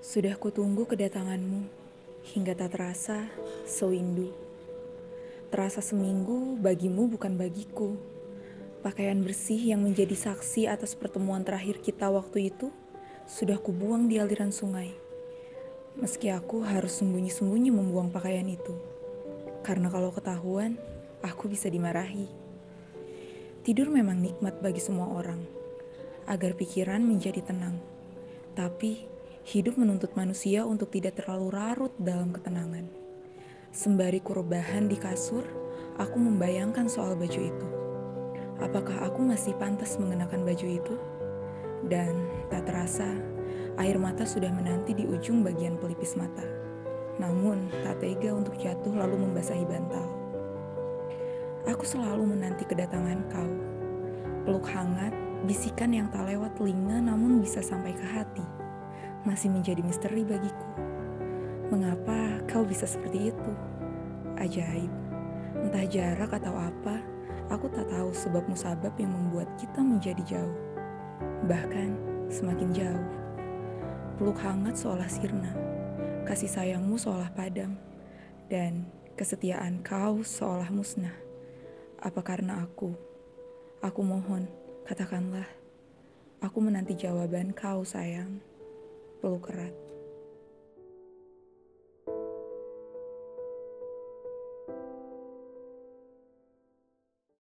Sudah kutunggu kedatanganmu, hingga tak terasa sewindu. Terasa seminggu bagimu bukan bagiku. Pakaian bersih yang menjadi saksi atas pertemuan terakhir kita waktu itu, sudah kubuang di aliran sungai. Meski aku harus sembunyi-sembunyi membuang pakaian itu. Karena kalau ketahuan, aku bisa dimarahi. Tidur memang nikmat bagi semua orang, agar pikiran menjadi tenang. Tapi, hidup menuntut manusia untuk tidak terlalu larut dalam ketenangan. Sembari kurebahan di kasur, aku membayangkan soal baju itu. Apakah aku masih pantas mengenakan baju itu? Dan tak terasa, air mata sudah menanti di ujung bagian pelipis mata. Namun, tak tega untuk jatuh lalu membasahi bantal. Aku selalu menanti kedatangan kau. Peluk hangat, bisikan yang tak lewat telinga namun bisa sampai ke hati. Masih menjadi misteri bagiku. Mengapa kau bisa seperti itu? Ajaib. Entah jarak atau apa, aku tak tahu sebab musabab yang membuat kita menjadi jauh. Bahkan semakin jauh. Peluk hangat seolah sirna, kasih sayangmu seolah padam, dan kesetiaan kau seolah musnah. Apa karena aku? Aku mohon, katakanlah. Aku menanti jawaban kau, sayang. Peluk erat.